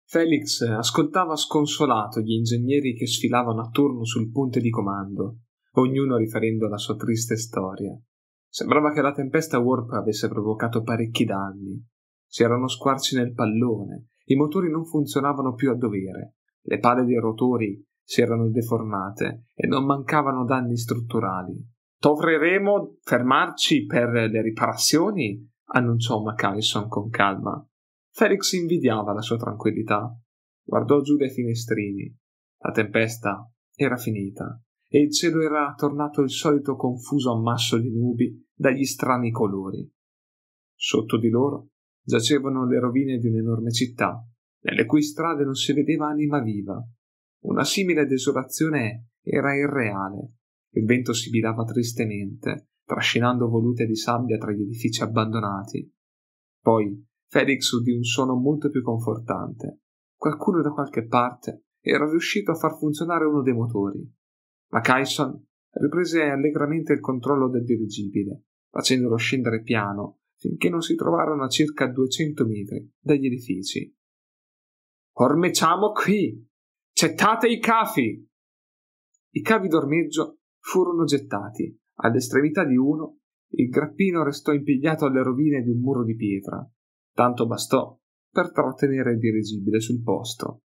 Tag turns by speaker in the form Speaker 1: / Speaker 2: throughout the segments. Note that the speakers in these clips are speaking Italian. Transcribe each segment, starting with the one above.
Speaker 1: Felix ascoltava sconsolato gli ingegneri che sfilavano a turno sul ponte di comando, ognuno riferendo la sua triste storia. Sembrava che la tempesta Warp avesse provocato parecchi danni. Si erano squarci nel pallone, i motori non funzionavano più a dovere, le pale dei rotori si erano deformate e non mancavano danni strutturali. «Dovremo fermarci per le riparazioni», annunciò Macalison con calma. Felix invidiava la sua tranquillità. Guardò giù dai finestrini. La tempesta era finita e il cielo era tornato il solito confuso ammasso di nubi dagli strani colori. Sotto di loro giacevano le rovine di un'enorme città, nelle cui strade non si vedeva anima viva. Una simile desolazione era irreale. Il vento sibilava tristemente, trascinando volute di sabbia tra gli edifici abbandonati. Poi Felix udì un suono molto più confortante. Qualcuno da qualche parte era riuscito a far funzionare uno dei motori. Macalison riprese allegramente il controllo del dirigibile, facendolo scendere piano finché non si trovarono a circa 200 metri dagli edifici. «Ormeggiamo qui! Gettate i cavi!» I cavi d'ormeggio furono gettati. All'estremità di uno, il grappino restò impigliato alle rovine di un muro di pietra. Tanto bastò per trattenere il dirigibile sul posto.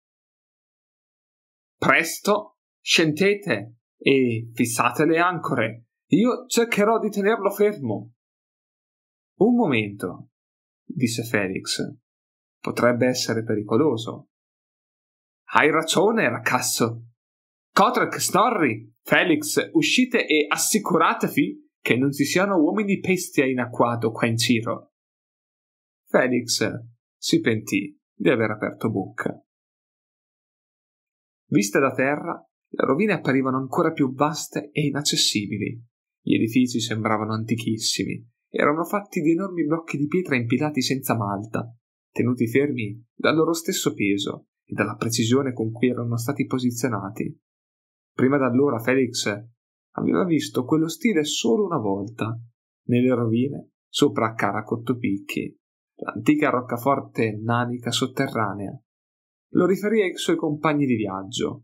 Speaker 1: «Presto, scendete e fissate le ancore. Io cercherò di tenerlo fermo». «Un momento», disse Felix. «Potrebbe essere pericoloso». «Hai ragione, ragazzo. Godric, Snorri, Felix, uscite e assicuratevi che non ci siano uomini bestia in agguato qua in giro». Felix si pentì di aver aperto bocca. Viste da terra, le rovine apparivano ancora più vaste e inaccessibili. Gli edifici sembravano antichissimi. Erano fatti di enormi blocchi di pietra impilati senza malta, tenuti fermi dal loro stesso peso e dalla precisione con cui erano stati posizionati. Prima d'allora Felix aveva visto quello stile solo una volta, nelle rovine sopra Cara Cottopicchi, l'antica roccaforte nanica sotterranea. Lo riferì ai suoi compagni di viaggio.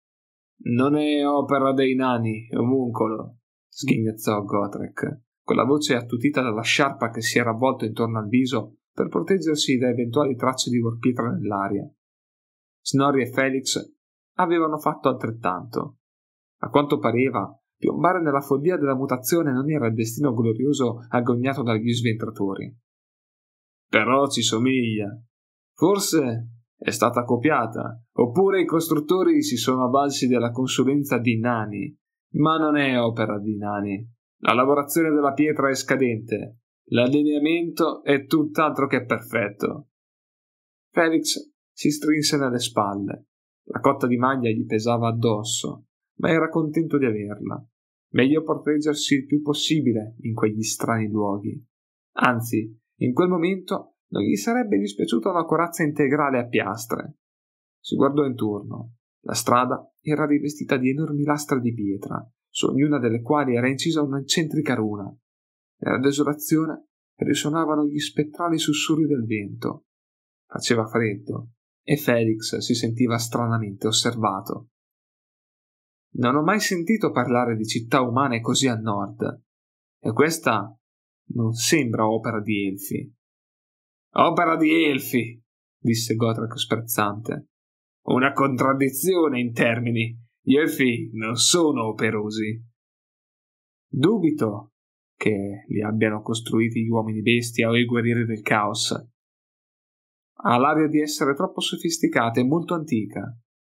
Speaker 1: «Non è opera dei nani, omuncolo», sghignazzò Godric, con la voce attutita dalla sciarpa che si era avvolto intorno al viso per proteggersi da eventuali tracce di vorpietra nell'aria. Snorri e Felix avevano fatto altrettanto. A quanto pareva, piombare nella follia della mutazione non era il destino glorioso agognato dagli sventratori. «Però ci somiglia. Forse è stata copiata, oppure i costruttori si sono avvalsi della consulenza di nani, ma non è opera di nani. La lavorazione della pietra è scadente, l'allineamento è tutt'altro che perfetto». Felix si strinse nelle spalle. La cotta di maglia gli pesava addosso, ma era contento di averla. Meglio proteggersi il più possibile in quegli strani luoghi. Anzi, in quel momento non gli sarebbe dispiaciuta una corazza integrale a piastre. Si guardò intorno. La strada era rivestita di enormi lastre di pietra, su ognuna delle quali era incisa un'eccentrica runa. Nella desolazione risuonavano gli spettrali sussurri del vento. Faceva freddo e Felix si sentiva stranamente osservato. «Non ho mai sentito parlare di città umane così a nord, e questa non sembra opera di elfi». «Opera di elfi», disse Godric sprezzante. «Una contraddizione in termini. Gli elfi non sono operosi». «Dubito che li abbiano costruiti gli uomini bestia o i guerrieri del caos. Ha l'aria di essere troppo sofisticata e molto antica».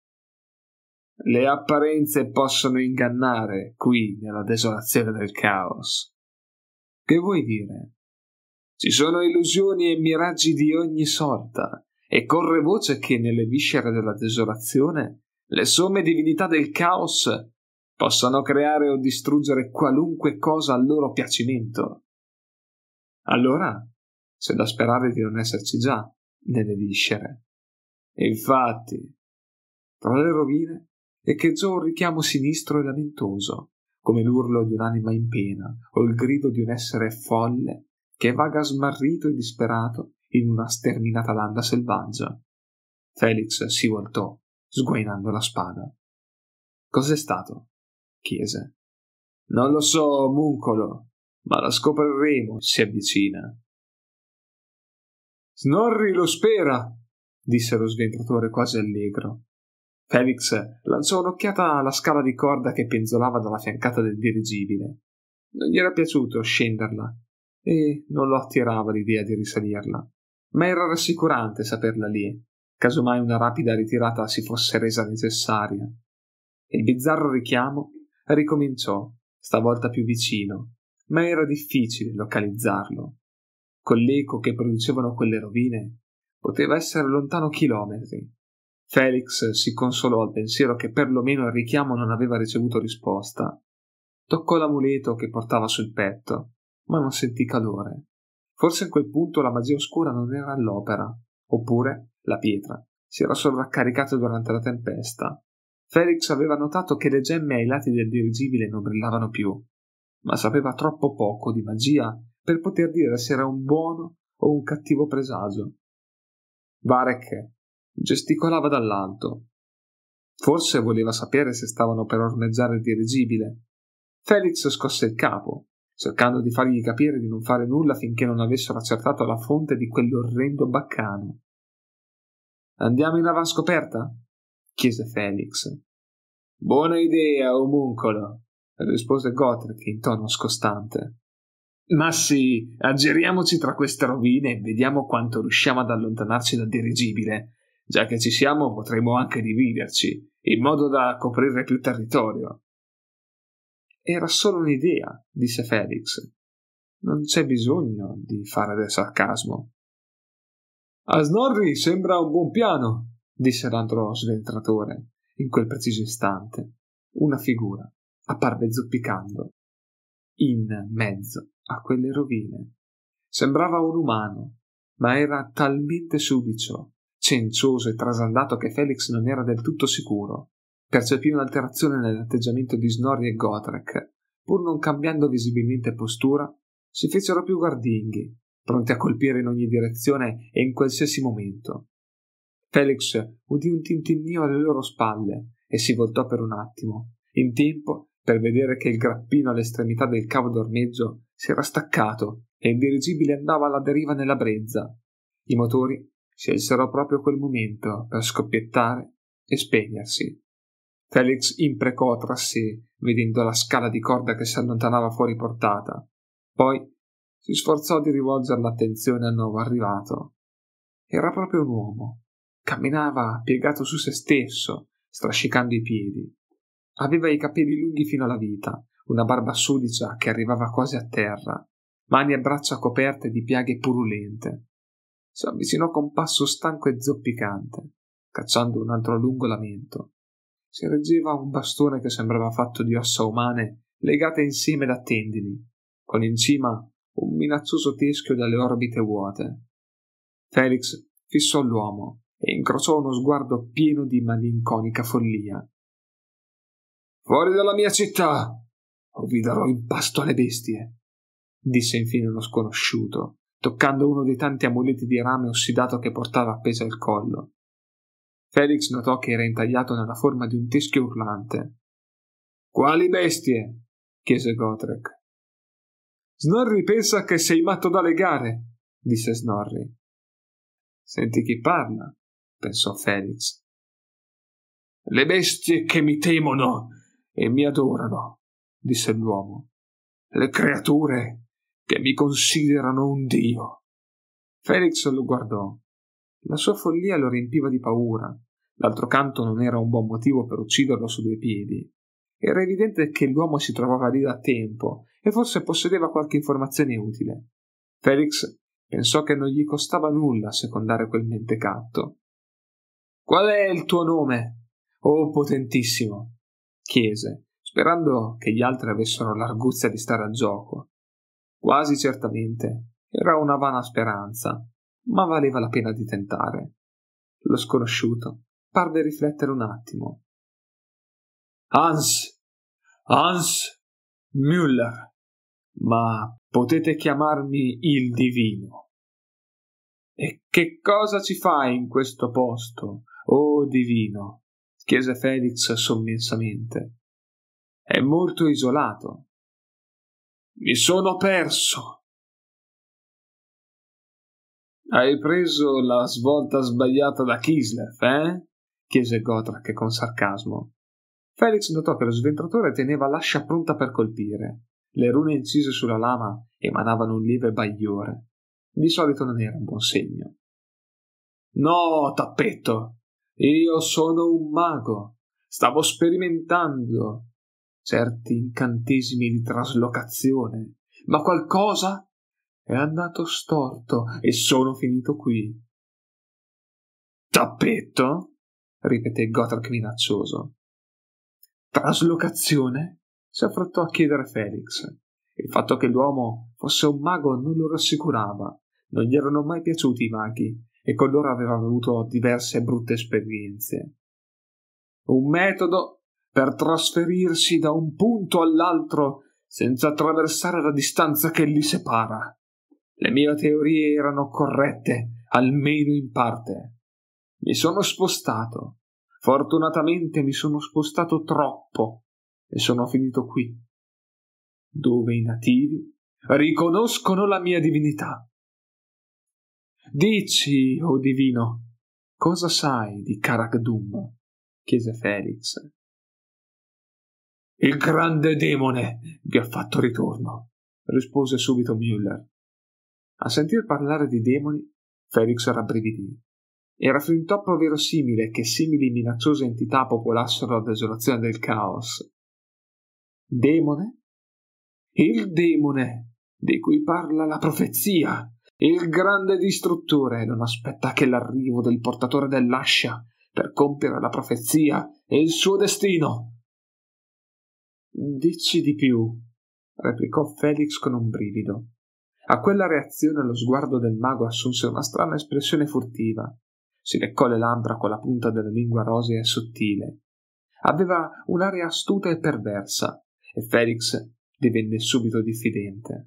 Speaker 1: «Le apparenze possono ingannare qui nella desolazione del caos». «Che vuoi dire?» «Ci sono illusioni e miraggi di ogni sorta, e corre voce che nelle viscere della desolazione le somme divinità del caos possano creare o distruggere qualunque cosa al loro piacimento». «Allora c'è da sperare di non esserci già nelle viscere». «Infatti». Tra le rovine echeggiò un richiamo sinistro e lamentoso, come l'urlo di un'anima in pena o il grido di un essere folle che vaga smarrito e disperato in una sterminata landa selvaggia. Felix si voltò, sguainando la spada. «Cos'è stato?» chiese. «Non lo so, omuncolo, ma lo scopriremo, si avvicina». «Snorri lo spera», disse lo sventratore quasi allegro. Felix lanciò un'occhiata alla scala di corda che penzolava dalla fiancata del dirigibile. Non gli era piaciuto scenderla e non lo attirava l'idea di risalirla, ma era rassicurante saperla lì, casomai una rapida ritirata si fosse resa necessaria. Il bizzarro richiamo ricominciò, stavolta più vicino, ma era difficile localizzarlo. Con l'eco che producevano quelle rovine, poteva essere lontano chilometri. Felix si consolò al pensiero che perlomeno il richiamo non aveva ricevuto risposta. Toccò l'amuleto che portava sul petto, ma non sentì calore. Forse in quel punto la magia oscura non era all'opera, oppure la pietra si era sovraccaricata durante la tempesta. Felix aveva notato che le gemme ai lati del dirigibile non brillavano più, ma sapeva troppo poco di magia per poter dire se era un buono o un cattivo presagio. Varek gesticolava dall'alto. Forse voleva sapere se stavano per ormeggiare il dirigibile. Felix scosse il capo, cercando di fargli capire di non fare nulla finché non avessero accertato la fonte di quell'orrendo baccano. «Andiamo in avanscoperta?» chiese Felix. «Buona idea, omuncolo», rispose Gotrek in tono scostante. «Ma sì, aggiriamoci tra queste rovine e vediamo quanto riusciamo ad allontanarci dal dirigibile. Già che ci siamo, potremo anche dividerci, in modo da coprire più territorio». «Era solo un'idea», disse Felix. «Non c'è bisogno di fare del sarcasmo». «A Snorri sembra un buon piano», disse l'altro sventratore. In quel preciso istante una figura apparve zoppicando in mezzo a quelle rovine. Sembrava un umano, ma era talmente sudicio, cencioso e trasandato che Felix non era del tutto sicuro. Percepì un'alterazione nell'atteggiamento di Snorri e Gotrek. Pur non cambiando visibilmente postura, si fecero più guardinghi, pronti a colpire in ogni direzione e in qualsiasi momento. Felix udì un tintinnio alle loro spalle e si voltò per un attimo, in tempo per vedere che il grappino all'estremità del cavo d'ormeggio si era staccato e il dirigibile andava alla deriva nella brezza. I motori scelsero proprio quel momento per scoppiettare e spegnersi. Felix imprecò tra sé, vedendo la scala di corda che si allontanava fuori portata. Poi si sforzò di rivolgere l'attenzione al nuovo arrivato. Era proprio un uomo. Camminava piegato su se stesso, strascicando i piedi. Aveva i capelli lunghi fino alla vita, una barba sudicia che arrivava quasi a terra, mani e braccia coperte di piaghe purulente. Si avvicinò con passo stanco e zoppicante, cacciando un altro lungo lamento. Si reggeva a un bastone che sembrava fatto di ossa umane legate insieme da tendini, con in cima un minaccioso teschio dalle orbite vuote. Felix fissò l'uomo e incrociò uno sguardo pieno di malinconica follia. «Fuori dalla mia città, o vi darò in pasto alle bestie», disse infine uno sconosciuto, toccando uno dei tanti amuleti di rame ossidato che portava appeso al collo. Felix notò che era intagliato nella forma di un teschio urlante. «Quali bestie?» chiese Gotrek. «Snorri pensa che sei matto da legare», disse Snorri. «Senti chi parla», pensò Felix. «Le bestie che mi temono e mi adorano», disse l'uomo. «Le creature che mi considerano un dio». Felix lo guardò. La sua follia lo riempiva di paura. D'altro canto non era un buon motivo per ucciderlo su due piedi. Era evidente che l'uomo si trovava lì da tempo e forse possedeva qualche informazione utile. Felix pensò che non gli costava nulla secondare quel mentecatto. «Qual è il tuo nome, oh potentissimo?» chiese, sperando che gli altri avessero l'arguzia di stare a gioco. Quasi certamente era una vana speranza, ma valeva la pena di tentare. Lo sconosciuto parve riflettere un attimo. Hans Müller, ma potete chiamarmi il divino». E che cosa ci fai in questo posto, oh divino? Chiese Felix sommensamente. È molto isolato. Mi sono perso. Hai preso la svolta sbagliata da Kislev, eh? Chiese Gotrak con sarcasmo. Felix notò che lo sventratore teneva l'ascia pronta per colpire. Le rune incise sulla lama emanavano un lieve bagliore. Di solito non era un buon segno. No, tappetto, io sono un mago. Stavo sperimentando certi incantesimi di traslocazione, ma qualcosa è andato storto e sono finito qui. Tappetto? Ripeté Gotrak minaccioso. Traslocazione? Si affrettò a chiedere Felix. Il fatto che l'uomo fosse un mago non lo rassicurava. Non gli erano mai piaciuti i maghi e con loro aveva avuto diverse brutte esperienze. Un metodo per trasferirsi da un punto all'altro senza attraversare la distanza che li separa. Le mie teorie erano corrette, almeno in parte. Mi sono spostato. Fortunatamente mi sono spostato troppo e sono finito qui, dove i nativi riconoscono la mia divinità. Dici, o divino, cosa sai di Karak-Dum? Chiese Felix. Il grande demone vi ha fatto ritorno, rispose subito Müller. A sentir parlare di demoni, Felix rabbrividì. Era fin troppo verosimile che simili minacciose entità popolassero la desolazione del caos. Demone? Il demone di cui parla la profezia. Il grande distruttore non aspetta che l'arrivo del portatore dell'ascia per compiere la profezia e il suo destino. Dici di più, replicò Felix con un brivido. A quella reazione lo sguardo del mago assunse una strana espressione furtiva. Si leccò le labbra con la punta della lingua rosea e sottile. Aveva un'aria astuta e perversa, e Felix divenne subito diffidente.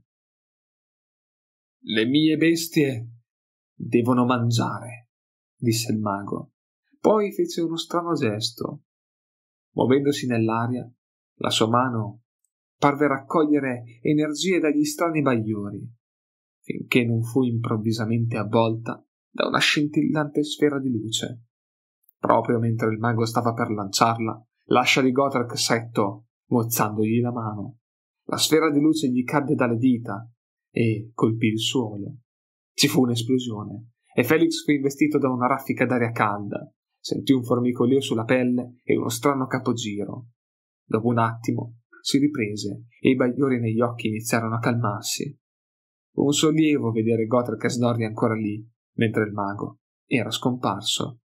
Speaker 1: Le mie bestie devono mangiare, disse il mago. Poi fece uno strano gesto. Muovendosi nell'aria, la sua mano parve raccogliere energie dagli strani bagliori, finché non fu improvvisamente avvolta da una scintillante sfera di luce. Proprio mentre il mago stava per lanciarla, l'ascia di Gotrak s'attò, mozzandogli la mano. La sfera di luce gli cadde dalle dita e colpì il suolo. Ci fu un'esplosione e Felix fu investito da una raffica d'aria calda. Sentì un formicolio sulla pelle e uno strano capogiro. Dopo un attimo si riprese e i bagliori negli occhi iniziarono a calmarsi. Fu un sollievo vedere Gotrak e Snorri ancora lì, mentre il mago era scomparso.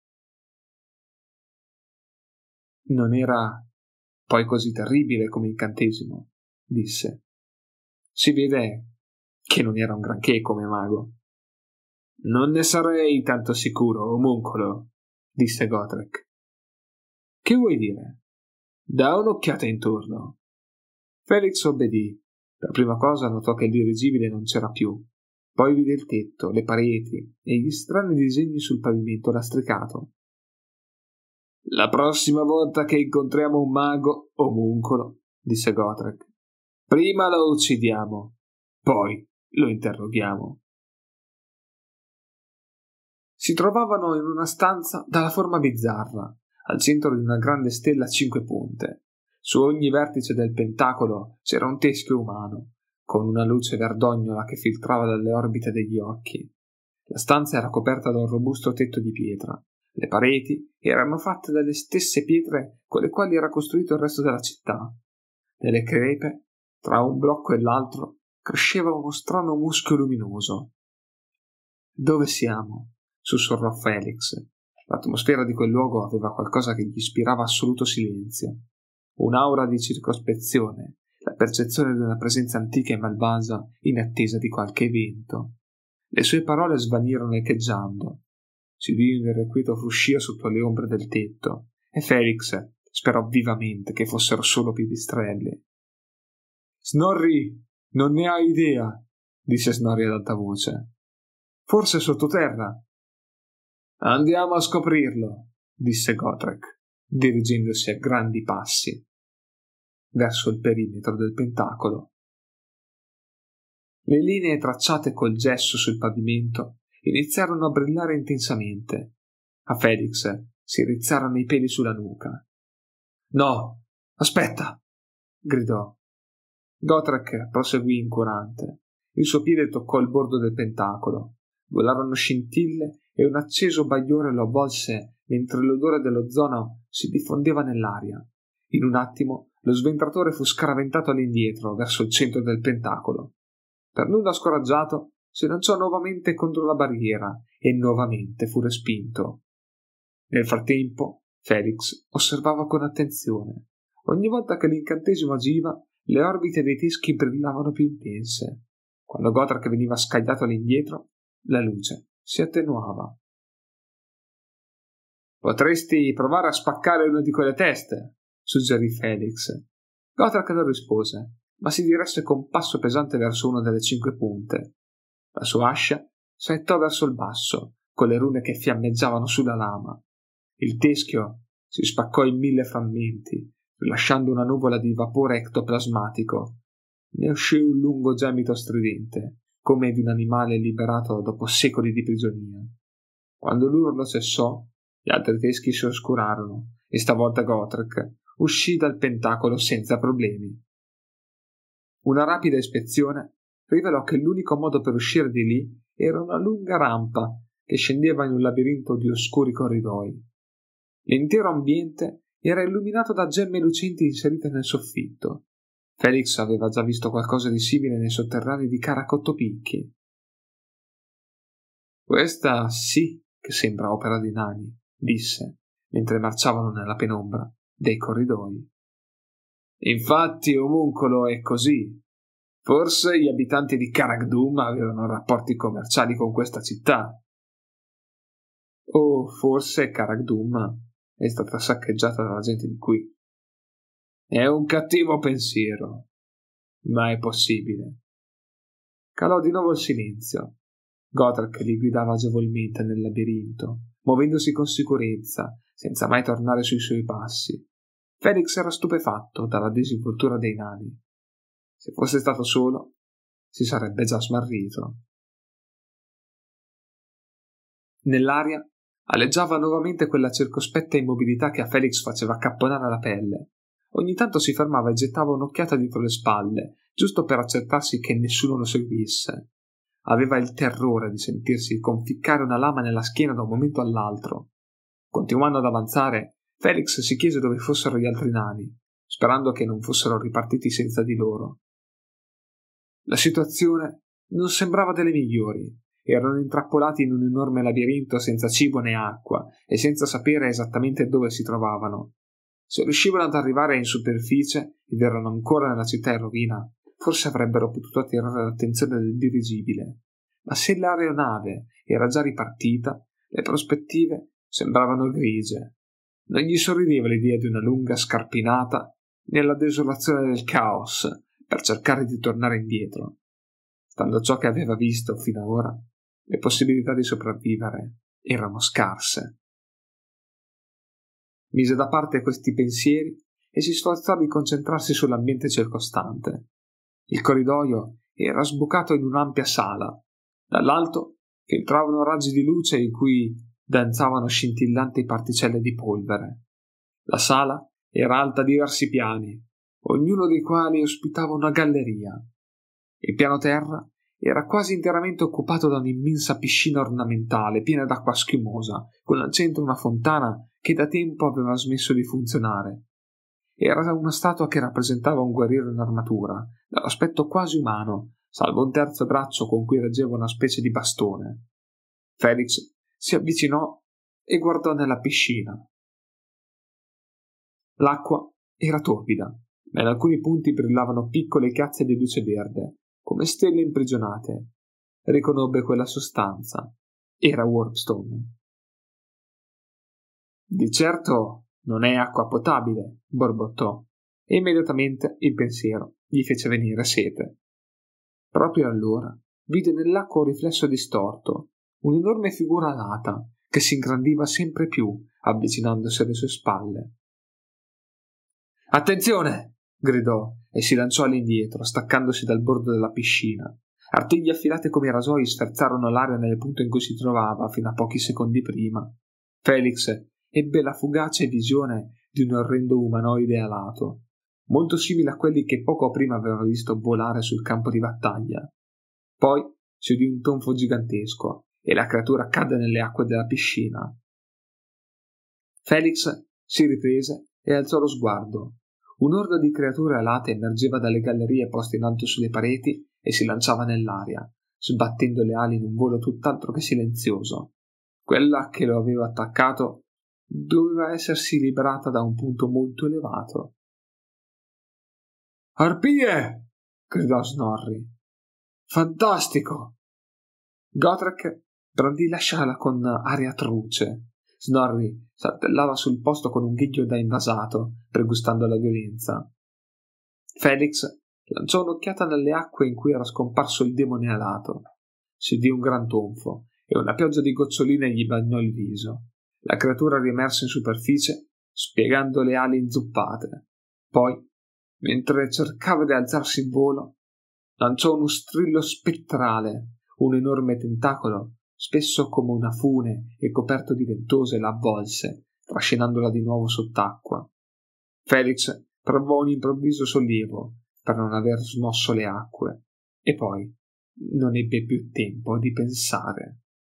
Speaker 1: Non era poi così terribile come incantesimo, disse. Si vede che non era un granché come mago. Non ne sarei tanto sicuro, omuncolo, disse Gotrak. Che vuoi dire? Da un'occhiata intorno. Felix obbedì. Per prima cosa notò che il dirigibile non c'era più. Poi vide il tetto, le pareti e gli strani disegni sul pavimento lastricato. La prossima volta che incontriamo un mago, omuncolo, disse Gotrak, prima lo uccidiamo, poi lo interroghiamo. Si trovavano in una stanza dalla forma bizzarra, al centro di una grande stella a 5 punte. Su ogni vertice del pentacolo c'era un teschio umano, con una luce verdognola che filtrava dalle orbite degli occhi. La stanza era coperta da un robusto tetto di pietra. Le pareti erano fatte dalle stesse pietre con le quali era costruito il resto della città. Nelle crepe, tra un blocco e l'altro, cresceva uno strano muschio luminoso. Dove siamo? Sussurrò Felix. L'atmosfera di quel luogo aveva qualcosa che gli ispirava assoluto silenzio. Un'aura di circospezione, la percezione di una presenza antica e malvagia in attesa di qualche evento. Le sue parole svanirono echeggiando. Si udì un irrequieto fruscio sotto le ombre del tetto e Felix sperò vivamente che fossero solo pipistrelli. Snorri, non ne hai idea, disse Snorri ad alta voce. Forse sottoterra. Andiamo a scoprirlo, disse Gotrek, dirigendosi a grandi passi verso il perimetro del pentacolo. Le linee tracciate col gesso sul pavimento iniziarono a brillare intensamente. A Felix si rizzarono i peli sulla nuca. «No, aspetta!» gridò. Gotrek proseguì incurante. Il suo piede toccò il bordo del pentacolo. Volarono scintille e un acceso bagliore lo avvolse mentre l'odore dell'ozono si diffondeva nell'aria. In un attimo lo sventratore fu scaraventato all'indietro verso il centro del pentacolo. Per nulla scoraggiato, si lanciò nuovamente contro la barriera e nuovamente fu respinto. Nel frattempo, Felix osservava con attenzione. Ogni volta che l'incantesimo agiva, le orbite dei teschi brillavano più intense. Quando Gotrek veniva scagliato all'indietro, la luce si attenuava. «Potresti provare a spaccare una di quelle teste», suggerì Felix. Gotrek non rispose, ma si diresse con passo pesante verso una delle 5 punte. La sua ascia saettò verso il basso, con le rune che fiammeggiavano sulla lama. Il teschio si spaccò in 1000 frammenti, rilasciando una nuvola di vapore ectoplasmatico. Ne uscì un lungo gemito stridente, come di un animale liberato dopo secoli di prigionia. Quando l'urlo cessò, gli altri teschi si oscurarono e stavolta Gotrek uscì dal pentacolo senza problemi. Una rapida ispezione rivelò che l'unico modo per uscire di lì era una lunga rampa che scendeva in un labirinto di oscuri corridoi. L'intero ambiente era illuminato da gemme lucenti inserite nel soffitto. Felix aveva già visto qualcosa di simile nei sotterranei di Caracottopicchi. «Questa sì che sembra opera di nani», disse, mentre marciavano nella penombra dei corridoi. «Infatti omuncolo è così. Forse gli abitanti di Caragdum avevano rapporti commerciali con questa città. O forse Caragdum è stata saccheggiata dalla gente di qui. È un cattivo pensiero, ma è possibile». Calò di nuovo il silenzio. Gotrek li guidava agevolmente nel labirinto, muovendosi con sicurezza, senza mai tornare sui suoi passi. Felix era stupefatto dalla disinvoltura dei nani. Se fosse stato solo, si sarebbe già smarrito. Nell'aria aleggiava nuovamente quella circospetta immobilità che a Felix faceva accapponare la pelle. Ogni tanto si fermava e gettava un'occhiata dietro le spalle, giusto per accertarsi che nessuno lo seguisse. Aveva il terrore di sentirsi conficcare una lama nella schiena da un momento all'altro. Continuando ad avanzare, Felix si chiese dove fossero gli altri nani, sperando che non fossero ripartiti senza di loro. La situazione non sembrava delle migliori. Erano intrappolati in un enorme labirinto senza cibo né acqua e senza sapere esattamente dove si trovavano. Se riuscivano ad arrivare in superficie ed erano ancora nella città in rovina, forse avrebbero potuto attirare l'attenzione del dirigibile. Ma se l'aeronave era già ripartita, le prospettive sembravano grigie. Non gli sorrideva l'idea di una lunga scarpinata nella desolazione del caos per cercare di tornare indietro. Stando a ciò che aveva visto fino ad ora, le possibilità di sopravvivere erano scarse. Mise da parte questi pensieri e si sforzò di concentrarsi sull'ambiente circostante. Il corridoio era sbucato in un'ampia sala. Dall'alto filtravano raggi di luce in cui danzavano scintillanti particelle di polvere. La sala era alta diversi piani, ognuno dei quali ospitava una galleria. Il piano terra era quasi interamente occupato da un'immensa piscina ornamentale piena d'acqua schiumosa, con al centro una fontana che da tempo aveva smesso di funzionare. Era una statua che rappresentava un guerriero in armatura, dall'aspetto quasi umano, salvo un terzo braccio con cui reggeva una specie di bastone. Felix si avvicinò e guardò nella piscina. L'acqua era torbida, ma in alcuni punti brillavano piccole chiazze di luce verde, come stelle imprigionate. Riconobbe quella sostanza. Era Warpstone. «Di certo non è acqua potabile», borbottò, e immediatamente il pensiero gli fece venire sete. Proprio allora vide nell'acqua un riflesso distorto, un'enorme figura alata che si ingrandiva sempre più, avvicinandosi alle sue spalle. «Attenzione!» gridò e si lanciò all'indietro, staccandosi dal bordo della piscina. Artigli affilati come rasoi sferzarono l'aria nel punto in cui si trovava fino a pochi secondi prima. Felix ebbe la fugace visione di un orrendo umanoide alato, molto simile a quelli che poco prima aveva visto volare sul campo di battaglia. Poi si udì un tonfo gigantesco e la creatura cadde nelle acque della piscina. Felix si riprese e alzò lo sguardo. Un'orda di creature alate emergeva dalle gallerie poste in alto sulle pareti e si lanciava nell'aria, sbattendo le ali in un volo tutt'altro che silenzioso. Quella che lo aveva attaccato doveva essersi liberata da un punto molto elevato. «Arpie!» gridò Snorri. «Fantastico!» Gotrek brandì la sciala con aria truce. Snorri saltellava sul posto con un ghiglio da invasato, pregustando la violenza. Felix lanciò un'occhiata nelle acque in cui era scomparso il demone alato. Si udì un gran tonfo e una pioggia di goccioline gli bagnò il viso. La creatura riemerse in superficie, spiegando le ali inzuppate. Poi, mentre cercava di alzarsi in volo, lanciò uno strillo spettrale. Un enorme tentacolo, spesso come una fune e coperto di ventose, la avvolse, trascinandola di nuovo sott'acqua. Felix provò un improvviso sollievo per non aver smosso le acque, e poi non ebbe più tempo di pensare.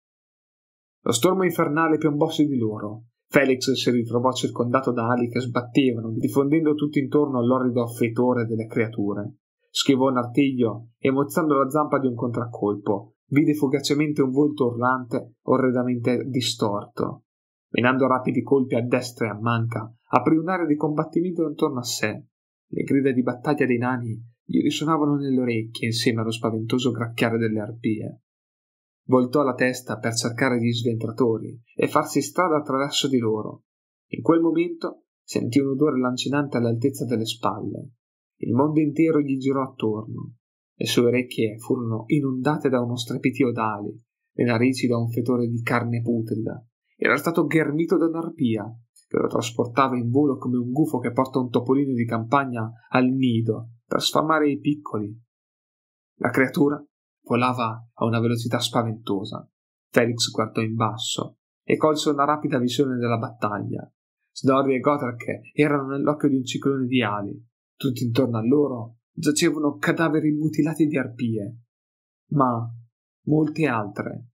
Speaker 1: Lo stormo infernale piombò su di loro. Felix si ritrovò circondato da ali che sbattevano, diffondendo tutto intorno l'orrido fetore delle creature. Schivò un artiglio e, mozzando la zampa di un contraccolpo, vide fugacemente un volto urlante, orredamente distorto. Menando rapidi colpi a destra e a manca, aprì un'area di combattimento intorno a sé. Le grida di battaglia dei nani gli risuonavano nelle orecchie insieme allo spaventoso gracchiare delle arpie. Voltò la testa per cercare gli sventratori e farsi strada attraverso di loro. In quel momento sentì un odore lancinante all'altezza delle spalle. Il mondo intero gli girò attorno. Le sue orecchie furono inondate da uno strepitio d'ali, le narici da un fetore di carne putrida. Era stato ghermito da un'arpia, che lo trasportava in volo come un gufo che porta un topolino di campagna al nido per sfamare i piccoli. La creatura volava a una velocità spaventosa. Felix guardò in basso e colse una rapida visione della battaglia. Snorri e Gotrek erano nell'occhio di un ciclone di ali. Tutti intorno a loro giacevano cadaveri mutilati di arpie, ma molte altre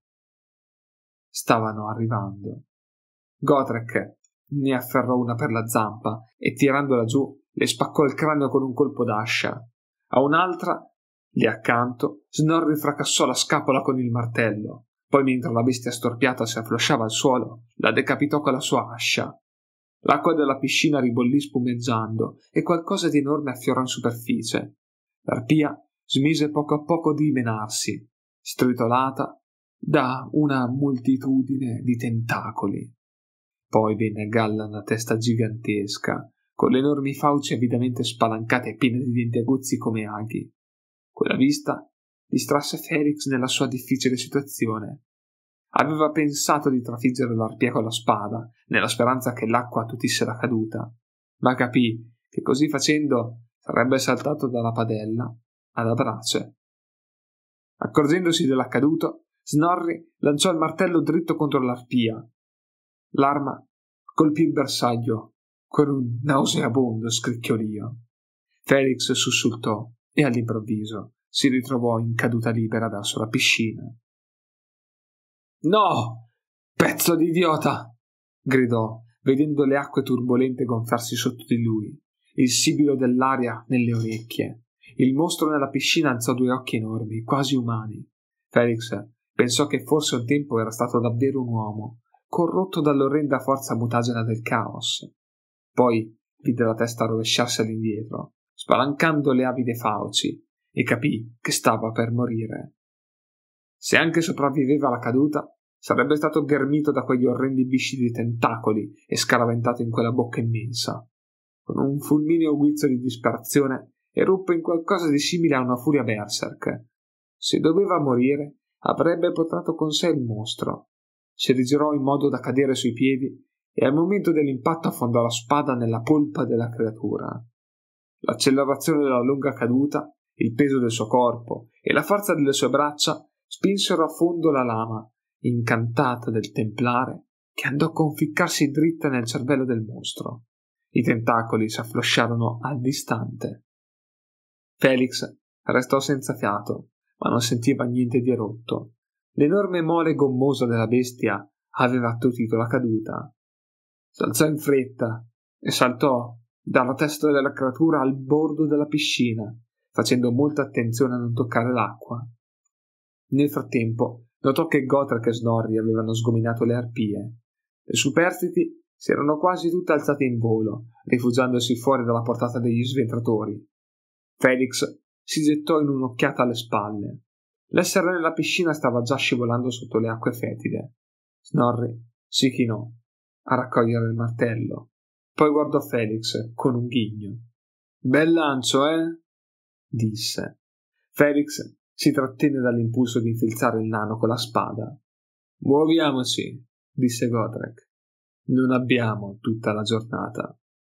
Speaker 1: stavano arrivando. Gotrek ne afferrò una per la zampa e, tirandola giù, le spaccò il cranio con un colpo d'ascia. A un'altra, lì accanto, Snorri fracassò la scapola con il martello. Poi, mentre la bestia storpiata si afflosciava al suolo, la decapitò con la sua ascia. L'acqua della piscina ribollì spumeggiando e qualcosa di enorme affiorò in superficie. L'arpia smise poco a poco di menarsi, stritolata da una moltitudine di tentacoli. Poi venne a galla una testa gigantesca, con le enormi fauci avidamente spalancate e piene di denti aguzzi come aghi. Quella vista distrasse Felix nella sua difficile situazione. Aveva pensato di trafiggere l'arpia con la spada, nella speranza che l'acqua attutisse la caduta, ma capì che così facendo sarebbe saltato dalla padella alla brace. Accorgendosi dell'accaduto, Snorri lanciò il martello dritto contro l'arpia. L'arma colpì il bersaglio con un nauseabondo scricchiolio. Felix sussultò e all'improvviso si ritrovò in caduta libera verso la piscina. «No! Pezzo di idiota!» gridò, vedendo le acque turbolente gonfiarsi sotto di lui, il sibilo dell'aria nelle orecchie. Il mostro nella piscina alzò due occhi enormi, quasi umani. Felix pensò che forse un tempo era stato davvero un uomo, corrotto dall'orrenda forza mutagena del caos. Poi vide la testa rovesciarsi all'indietro, spalancando le avide fauci, e capì che stava per morire. Se anche sopravviveva alla caduta, sarebbe stato ghermito da quegli orrendi bisci di tentacoli e scaraventato in quella bocca immensa. Con un fulmineo guizzo di disperazione eruppe in qualcosa di simile a una furia berserk. Se doveva morire, avrebbe portato con sé il mostro. Si rigirò in modo da cadere sui piedi e al momento dell'impatto affondò la spada nella polpa della creatura. L'accelerazione della lunga caduta, il peso del suo corpo e la forza delle sue braccia spinsero a fondo la lama incantata del templare, che andò a conficcarsi dritta nel cervello del mostro. I tentacoli si afflosciarono al distante. Felix restò senza fiato, ma non sentiva niente di rotto. L'enorme mole gommosa della bestia aveva attutito la caduta. S'alzò in fretta e saltò dalla testa della creatura al bordo della piscina, facendo molta attenzione a non toccare l'acqua. Nel frattempo notò che Gotrek e Snorri avevano sgominato le arpie. Le superstiti si erano quasi tutte alzate in volo, rifugiandosi fuori dalla portata degli sventratori. Felix si gettò in un'occhiata alle spalle. L'essere nella piscina stava già scivolando sotto le acque fetide. Snorri si chinò a raccogliere il martello, poi guardò Felix con un ghigno. «Bel lancio, eh?» disse. Felix si trattenne dall'impulso di infilzare il nano con la spada. «Muoviamoci», disse Gotrek. «Non abbiamo tutta la giornata».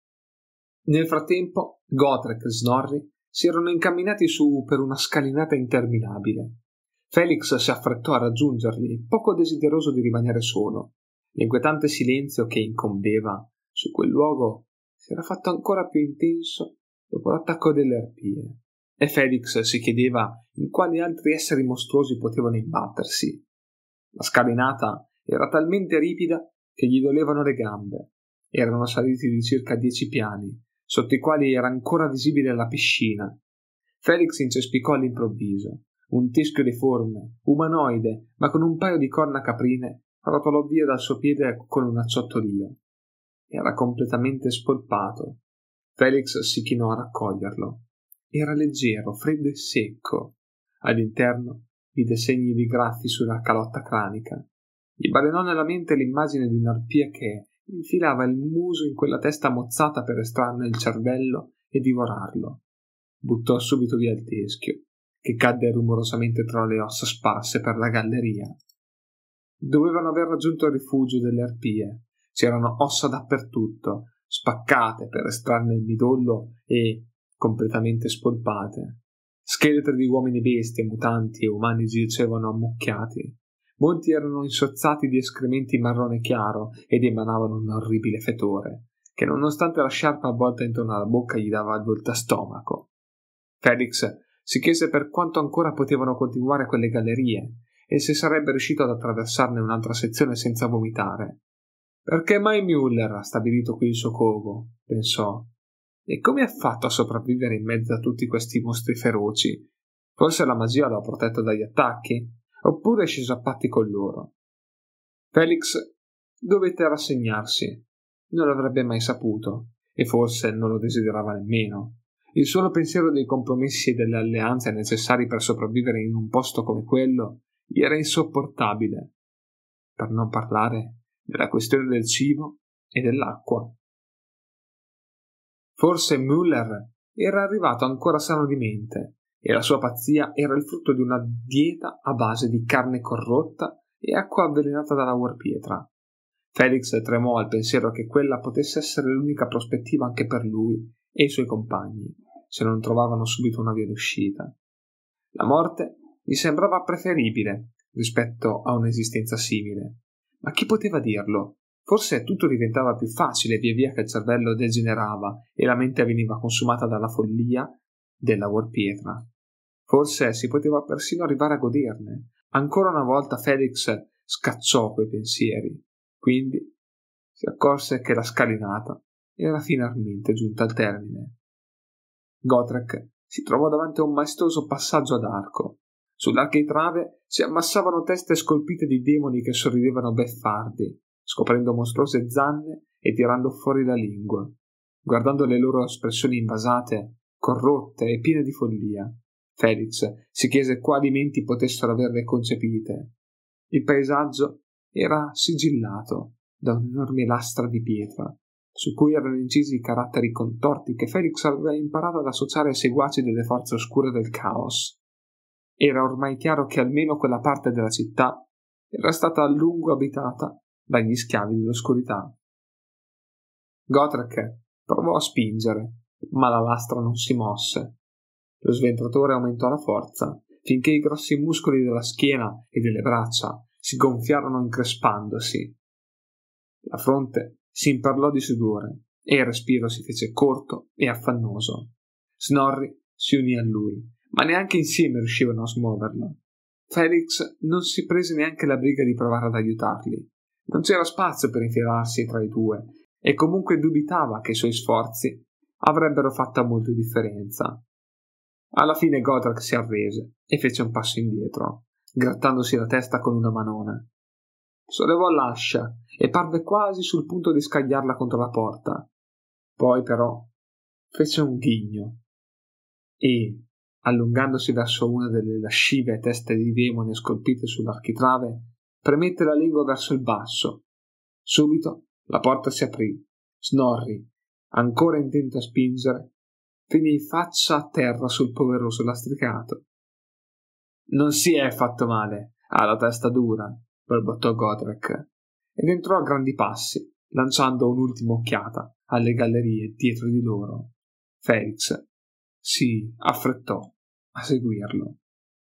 Speaker 1: Nel frattempo, Gotrek e Snorri si erano incamminati su per una scalinata interminabile. Felix si affrettò a raggiungerli, poco desideroso di rimanere solo. L'inquietante silenzio che incombeva su quel luogo si era fatto ancora più intenso dopo l'attacco delle arpie, e Felix si chiedeva in quali altri esseri mostruosi potevano imbattersi. La scalinata era talmente ripida che gli dolevano le gambe. Erano saliti di circa 10 piani, sotto i quali era ancora visibile la piscina. Felix incespicò all'improvviso. Un teschio deforme, umanoide, ma con un paio di corna caprine, rotolò via dal suo piede con un acciottolio. Era completamente spolpato. Felix si chinò a raccoglierlo. Era leggero, freddo e secco. All'interno vide segni di graffi sulla calotta cranica. Gli balenò nella mente l'immagine di un'arpia che infilava il muso in quella testa mozzata per estrarne il cervello e divorarlo. Buttò subito via il teschio, che cadde rumorosamente tra le ossa sparse per la galleria. Dovevano aver raggiunto il rifugio delle arpie. C'erano ossa dappertutto, spaccate per estrarne il midollo e completamente spolpate. Scheletri di uomini e bestie, mutanti e umani giacevano ammucchiati. Molti erano insozzati di escrementi marrone chiaro ed emanavano un orribile fetore, che nonostante la sciarpa avvolta intorno alla bocca gli dava il voltastomaco. Felix si chiese per quanto ancora potevano continuare quelle gallerie e se sarebbe riuscito ad attraversarne un'altra sezione senza vomitare. Perché mai Müller ha stabilito qui il suo covo? Pensò. E come ha fatto a sopravvivere in mezzo a tutti questi mostri feroci? Forse la magia lo ha protetto dagli attacchi? Oppure è sceso a patti con loro? Felix dovette rassegnarsi. Non l'avrebbe mai saputo, e forse non lo desiderava nemmeno. Il solo pensiero dei compromessi e delle alleanze necessari per sopravvivere in un posto come quello gli era insopportabile, per non parlare della questione del cibo e dell'acqua. Forse Müller era arrivato ancora sano di mente e la sua pazzia era il frutto di una dieta a base di carne corrotta e acqua avvelenata dalla warpietra. Felix tremò al pensiero che quella potesse essere l'unica prospettiva anche per lui e i suoi compagni, se non trovavano subito una via d'uscita. La morte gli sembrava preferibile rispetto a un'esistenza simile, ma chi poteva dirlo? Forse tutto diventava più facile via via che il cervello degenerava e la mente veniva consumata dalla follia della warpietra. Forse si poteva persino arrivare a goderne. Ancora una volta Felix scacciò quei pensieri. Quindi si accorse che la scalinata era finalmente giunta al termine. Gotrek si trovò davanti a un maestoso passaggio ad arco. Sull'architrave si ammassavano teste scolpite di demoni che sorridevano beffardi, scoprendo mostruose zanne e tirando fuori la lingua. Guardando le loro espressioni invasate, corrotte e piene di follia, Felix si chiese quali menti potessero averle concepite. Il paesaggio era sigillato da un'enorme lastra di pietra, su cui erano incisi i caratteri contorti che Felix aveva imparato ad associare ai seguaci delle forze oscure del caos. Era ormai chiaro che almeno quella parte della città era stata a lungo abitata dagli schiavi dell'oscurità. Gotrek provò a spingere, ma la lastra non si mosse. Lo sventratore aumentò la forza, finché i grossi muscoli della schiena e delle braccia si gonfiarono increspandosi. La fronte si imperlò di sudore e il respiro si fece corto e affannoso. Snorri si unì a lui, ma neanche insieme riuscivano a smuoverlo. Felix non si prese neanche la briga di provare ad aiutarli. Non c'era spazio per infilarsi tra i due, e comunque dubitava che i suoi sforzi avrebbero fatto molta differenza. Alla fine Gotrek si arrese e fece un passo indietro, grattandosi la testa con una manona. Sollevò l'ascia e parve quasi sul punto di scagliarla contro la porta. Poi però fece un ghigno e, allungandosi verso una delle lascive teste di demone scolpite sull'architrave, premette la lingua verso il basso. Subito la porta si aprì. Snorri, ancora intento a spingere, finì faccia a terra sul poveroso lastricato. Non si è fatto male, ha la testa dura, borbottò Gotrek, ed entrò a grandi passi, lanciando un'ultima occhiata alle gallerie dietro di loro. Felix si affrettò a seguirlo.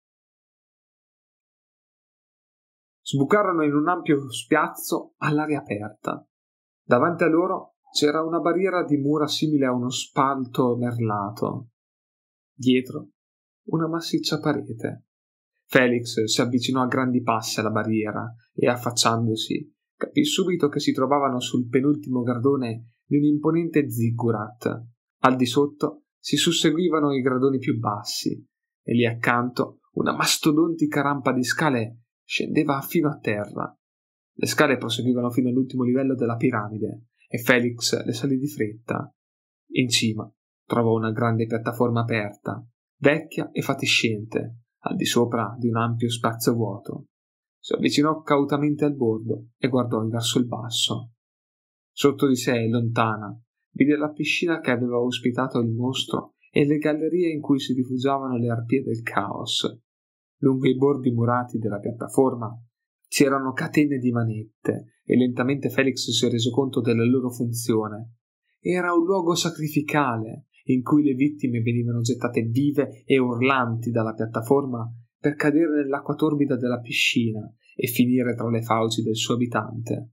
Speaker 1: Sbucarono in un ampio spiazzo all'aria aperta. Davanti a loro c'era una barriera di mura simile a uno spalto merlato. Dietro una massiccia parete. Felix si avvicinò a grandi passi alla barriera e, affacciandosi, capì subito che si trovavano sul penultimo gradone di un imponente ziggurat. Al di sotto si susseguivano i gradoni più bassi e lì accanto una mastodontica rampa di scale scendeva fino a terra. Le scale proseguivano fino all'ultimo livello della piramide e Felix le salì di fretta. In cima trovò una grande piattaforma aperta, vecchia e fatiscente, al di sopra di un ampio spazio vuoto. Si avvicinò cautamente al bordo e guardò verso il basso. Sotto di sé, lontana, vide la piscina che aveva ospitato il mostro e le gallerie in cui si rifugiavano le arpie del caos. Lungo i bordi murati della piattaforma c'erano catene di manette e lentamente Felix si rese conto della loro funzione. Era un luogo sacrificale in cui le vittime venivano gettate vive e urlanti dalla piattaforma per cadere nell'acqua torbida della piscina e finire tra le fauci del suo abitante.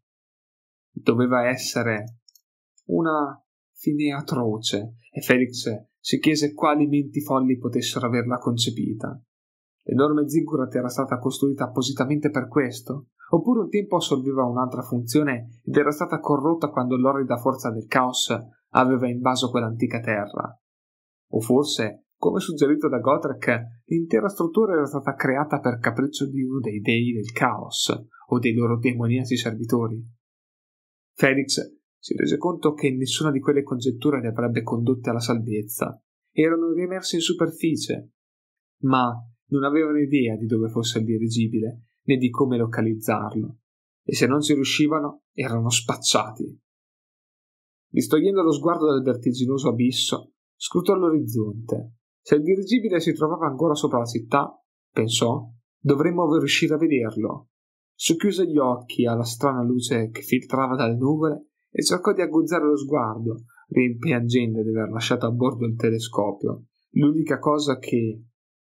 Speaker 1: Doveva essere una fine atroce e Felix si chiese quali menti folli potessero averla concepita. L'enorme ziggurat era stata costruita appositamente per questo? Oppure un tempo assolveva un'altra funzione ed era stata corrotta quando l'orrida forza del caos aveva invaso quell'antica terra? O forse, come suggerito da Gotrek, l'intera struttura era stata creata per capriccio di uno dei dei del caos o dei loro demoniaci servitori? Felix si rese conto che nessuna di quelle congetture le avrebbe condotte alla salvezza. Erano riemerse in superficie, ma non avevano idea di dove fosse il dirigibile né di come localizzarlo, e se non ci riuscivano erano spacciati. Distogliendo lo sguardo dal vertiginoso abisso, scrutò l'orizzonte. Se il dirigibile si trovava ancora sopra la città, pensò, dovremmo riuscire a vederlo. Socchiuse gli occhi alla strana luce che filtrava dalle nuvole e cercò di aguzzare lo sguardo, rimpiangendo di aver lasciato a bordo il telescopio. L'unica cosa che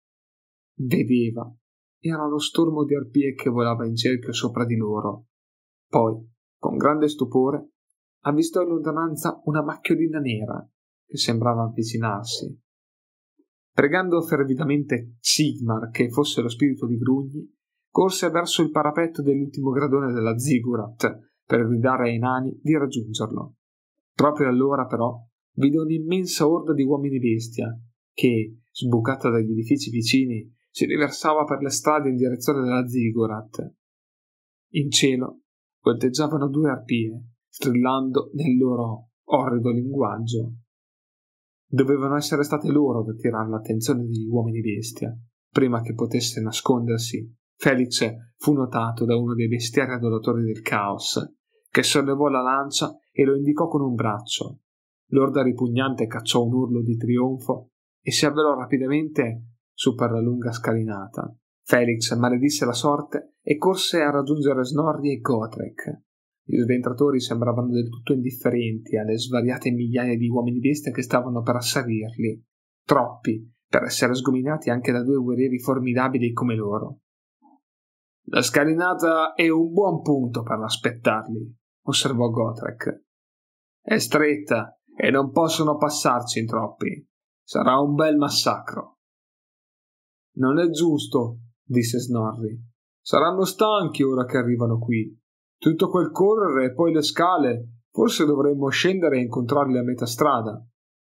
Speaker 1: vedeva era lo stormo di arpie che volava in cerchio sopra di loro. Poi, con grande stupore, avvistò in lontananza una macchiolina nera che sembrava avvicinarsi. Pregando fervidamente Sigmar che fosse lo spirito di Grugni, corse verso il parapetto dell'ultimo gradone della ziggurat per gridare ai nani di raggiungerlo. Proprio allora, però, vide un'immensa orda di uomini bestia che, sbucata dagli edifici vicini, si riversava per le strade in direzione della ziggurat. In cielo volteggiavano due arpie, strillando nel loro orrido linguaggio. Dovevano essere state loro ad attirare l'attenzione degli uomini bestia. Prima che potesse nascondersi, Felix fu notato da uno dei bestiari adoratori del caos, che sollevò la lancia e lo indicò con un braccio. L'orda ripugnante cacciò un urlo di trionfo e si avvelò rapidamente su per la lunga scalinata. Felix maledisse la sorte e corse a raggiungere Snorri e Gotrek. Gli sventratori sembravano del tutto indifferenti alle svariate migliaia di uomini bestia che stavano per assalirli, troppi per essere sgominati anche da due guerrieri formidabili come loro. La scalinata è un buon punto per aspettarli, osservò Gotrek. È stretta e non possono passarci in troppi. Sarà un bel massacro. Non è giusto, disse Snorri. Saranno stanchi ora che arrivano qui. Tutto quel correre e poi le scale, forse dovremmo scendere e incontrarli a metà strada.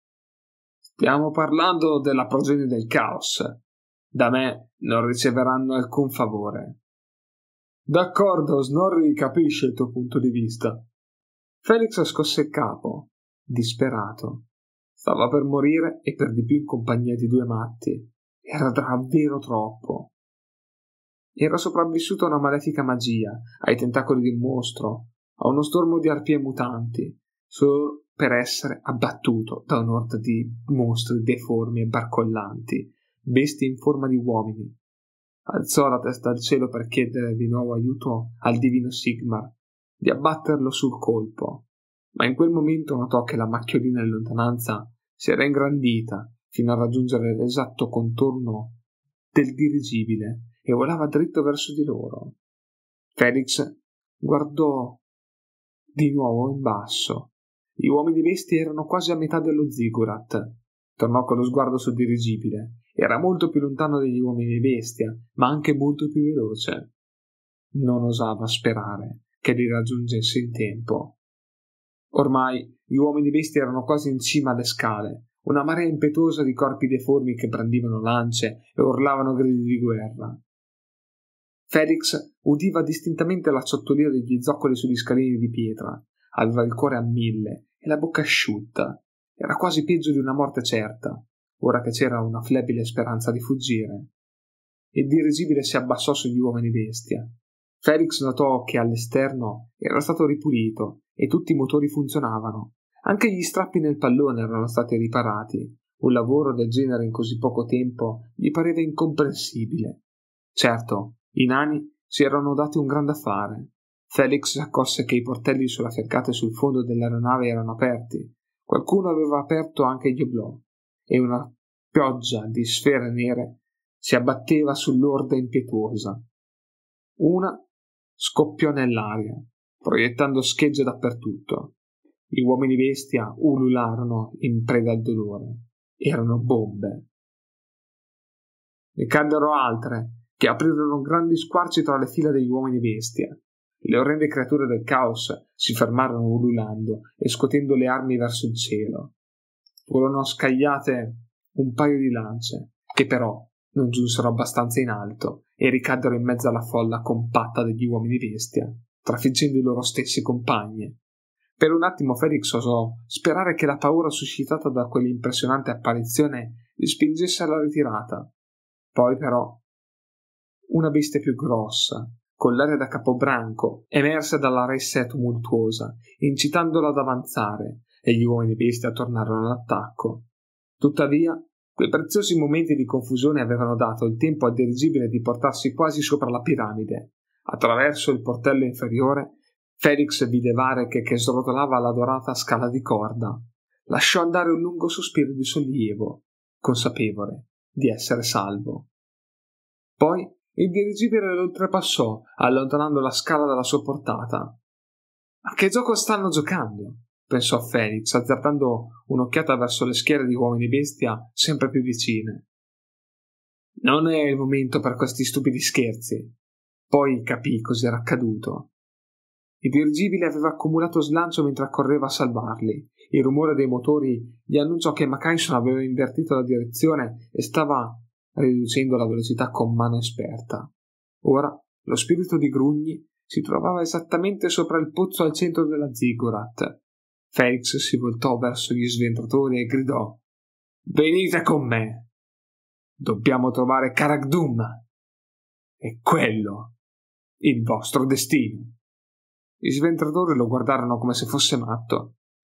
Speaker 1: Stiamo parlando della progenie del caos. Da me non riceveranno alcun favore. D'accordo, Snorri capisce il tuo punto di vista. Felix scosse il capo, disperato. Stava per morire e per di più in compagnia di due matti. Era davvero troppo. Era sopravvissuto a una malefica magia, ai tentacoli di un mostro, a uno stormo di arpie mutanti, solo per essere abbattuto da un'orda di mostri deformi e barcollanti, bestie in forma di uomini. Alzò la testa al cielo per chiedere di nuovo aiuto al divino Sigmar di abbatterlo sul colpo, ma in quel momento notò che la macchiolina in lontananza si era ingrandita fino a raggiungere l'esatto contorno del dirigibile e volava dritto verso di loro. Felix guardò di nuovo in basso. Gli uomini bestia erano quasi a metà dello ziggurat. Tornò con lo sguardo sul dirigibile. Era molto più lontano degli uomini bestia, ma anche molto più veloce. Non osava sperare che li raggiungesse in tempo. Ormai gli uomini bestia erano quasi in cima alle scale, una marea impetuosa di corpi deformi che brandivano lance e urlavano gridi di guerra. Felix udiva distintamente la ciottolio degli zoccoli sugli scalini di pietra, aveva il cuore a 1000 e la bocca asciutta. Era quasi peggio di una morte certa, ora che c'era una flebile speranza di fuggire. Il dirigibile si abbassò sugli uomini bestia. Felix notò che all'esterno era stato ripulito e tutti i motori funzionavano. Anche gli strappi nel pallone erano stati riparati. Un lavoro del genere in così poco tempo gli pareva incomprensibile. Certo, i nani si erano dati un gran da fare. Felix accorse che i portelli sulla fiancata e sul fondo dell'aeronave erano aperti. Qualcuno aveva aperto anche gli oblò e una pioggia di sfere nere si abbatteva sull'orda impetuosa. Una scoppiò nell'aria, proiettando schegge dappertutto. Gli uomini bestia ulularono in preda al dolore. Erano bombe. Ne caddero altre, che aprirono grandi squarci tra le fila degli uomini bestia. Le orrende creature del caos si fermarono ululando e scotendo le armi verso il cielo. Furono scagliate un paio di lance, che però non giunsero abbastanza in alto e ricaddero in mezzo alla folla compatta degli uomini bestia, trafiggendo i loro stessi compagni. Per un attimo Felix osò sperare che la paura suscitata da quell'impressionante apparizione li spingesse alla ritirata. Poi però una bestia più grossa, con l'aria da capobranco, emerse dalla ressa tumultuosa, incitandola ad avanzare, e gli uomini bestia tornarono all'attacco. Tuttavia, quei preziosi momenti di confusione avevano dato il tempo al dirigibile di portarsi quasi sopra la piramide. Attraverso il portello inferiore, Felix vide Varek che srotolava la dorata scala di corda. Lasciò andare un lungo sospiro di sollievo, consapevole di essere salvo. Poi il dirigibile lo oltrepassò, allontanando la scala dalla sua portata. «A che gioco stanno giocando?» pensò Felix, azzardando un'occhiata verso le schiere di uomini bestia sempre più vicine. Non è il momento per questi stupidi scherzi. Poi capì cos'era accaduto. Il dirigibile aveva accumulato slancio mentre accorreva a salvarli. Il rumore dei motori gli annunciò che Mackinson aveva invertito la direzione e stava riducendo la velocità con mano esperta. Ora lo spirito di Grugni si trovava esattamente sopra il pozzo al centro della ziggurat. Felix si voltò verso gli sventratori e gridò: «Venite con me! Dobbiamo trovare Caragdum! È quello il vostro destino!» Gli sventratori lo guardarono come se fosse matto.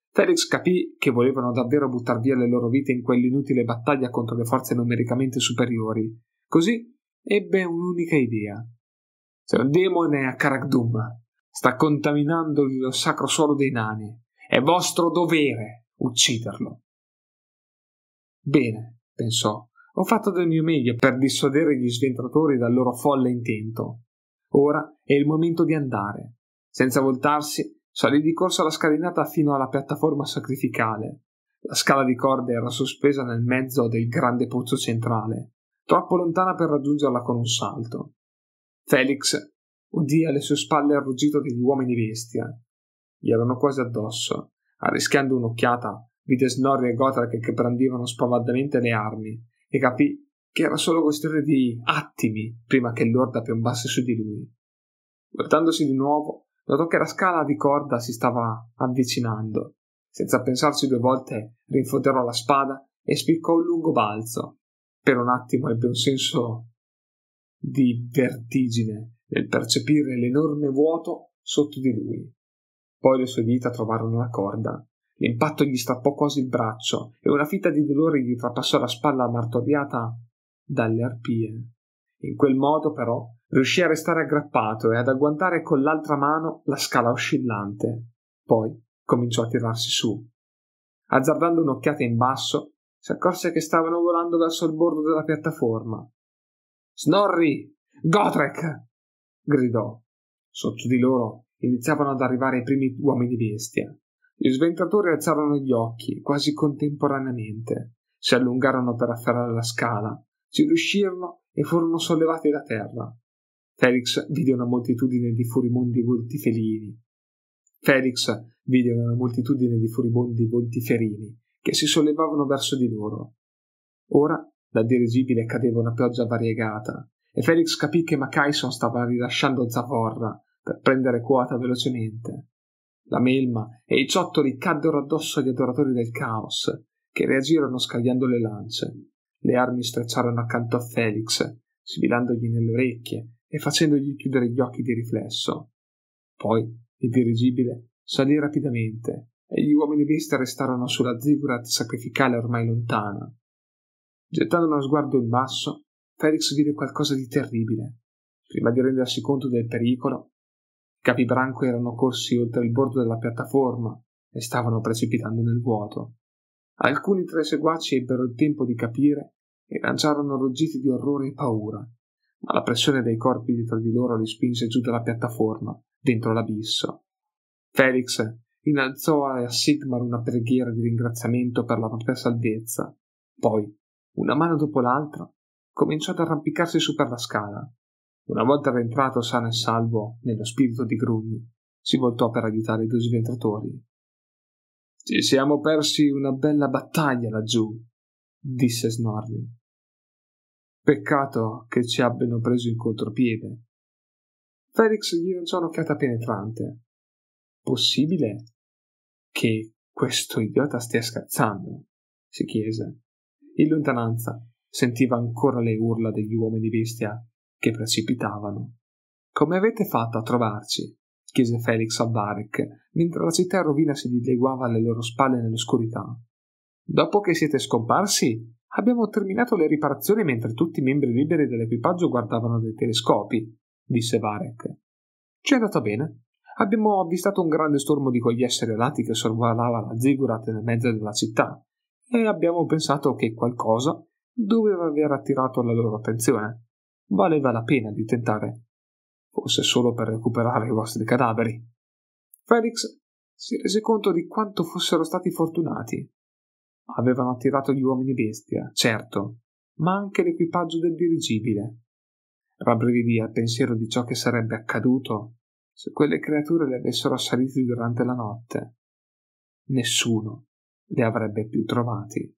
Speaker 1: Felix capì che volevano davvero buttar via le loro vite in quell'inutile battaglia contro le forze numericamente superiori. Così ebbe un'unica idea. Se un demone è a Karak-Dum, sta contaminando il sacro suolo dei nani. È vostro dovere ucciderlo. Bene, pensò, ho fatto del mio meglio per dissuadere gli sventratori dal loro folle intento. Ora è il momento di andare. Senza voltarsi, salì di corsa la scalinata fino alla piattaforma sacrificale. La scala di corde era sospesa nel mezzo del grande pozzo centrale, troppo lontana per raggiungerla con un salto. Felix udì alle sue spalle il ruggito degli uomini bestia. Gli erano quasi addosso. Arrischiando un'occhiata, vide Snorri e Gotrek che brandivano spavaldamente le armi e capì che era solo questione di attimi prima che l'orda piombasse su di lui. Voltandosi di nuovo, notò che la scala di corda si stava avvicinando. Senza pensarci due volte, rinfoderò la spada e spiccò un lungo balzo. Per un attimo ebbe un senso di vertigine nel percepire l'enorme vuoto sotto di lui. Poi le sue dita trovarono la corda. L'impatto gli strappò quasi il braccio e una fitta di dolore gli trapassò la spalla martoriata dalle arpie. In quel modo, però, riuscì a restare aggrappato e ad agguantare con l'altra mano la scala oscillante. Poi cominciò a tirarsi su. Azzardando un'occhiata in basso, si accorse che stavano volando verso il bordo della piattaforma. «Snorri! Gotrek!» gridò. Sotto di loro iniziavano ad arrivare i primi uomini bestia. Gli sventratori alzarono gli occhi quasi contemporaneamente, si allungarono per afferrare la scala, ci riuscirono e furono sollevati da terra. Felix vide una moltitudine di furibondi volti felini. Che si sollevavano verso di loro. Ora dal dirigibile cadeva una pioggia variegata e Felix capì che Macayson stava rilasciando zavorra per prendere quota velocemente. La melma e i ciottoli caddero addosso agli adoratori del caos, che reagirono scagliando le lance. Le armi strecciarono accanto a Felix, sfilandogli nelle orecchie e facendogli chiudere gli occhi di riflesso. Poi il dirigibile salì rapidamente e gli uomini bestia restarono sulla ziggurat sacrificale ormai lontana. Gettando uno sguardo in basso, Felix vide qualcosa di terribile. Prima di rendersi conto del pericolo, i capibranco erano corsi oltre il bordo della piattaforma e stavano precipitando nel vuoto. Alcuni tra i seguaci ebbero il tempo di capire e lanciarono ruggiti di orrore e paura, ma la pressione dei corpi dietro di loro li spinse giù dalla piattaforma, dentro l'abisso. Felix innalzò a Sigmar una preghiera di ringraziamento per la propria salvezza. Poi, una mano dopo l'altra, cominciò ad arrampicarsi su per la scala. Una volta rientrato sano e salvo nello spirito di Grugni, si voltò per aiutare i due sventratori. «Ci siamo persi una bella battaglia laggiù», disse Snorri. «Peccato che ci abbiano preso in contropiede». Felix gli lanciò un'occhiata penetrante. «Possibile che questo idiota stia scherzando?» si chiese. In lontananza sentiva ancora le urla degli uomini bestia che precipitavano. «Come avete fatto a trovarci?» chiese Felix a Varek, mentre la città in rovina si dileguava alle loro spalle nell'oscurità. «Dopo che siete scomparsi, abbiamo terminato le riparazioni mentre tutti i membri liberi dell'equipaggio guardavano dai telescopi», disse Varek. «Ci è andata bene. Abbiamo avvistato un grande stormo di quegli esseri alati che sorvolava la ziggurat nel mezzo della città e abbiamo pensato che qualcosa doveva aver attirato la loro attenzione. Valeva la pena di tentare, forse solo per recuperare i vostri cadaveri». Felix si rese conto di quanto fossero stati fortunati. Avevano attirato gli uomini bestia, certo, ma anche l'equipaggio del dirigibile. Rabbrividì al pensiero di ciò che sarebbe accaduto se quelle creature li avessero assaliti durante la notte. Nessuno li avrebbe più trovati.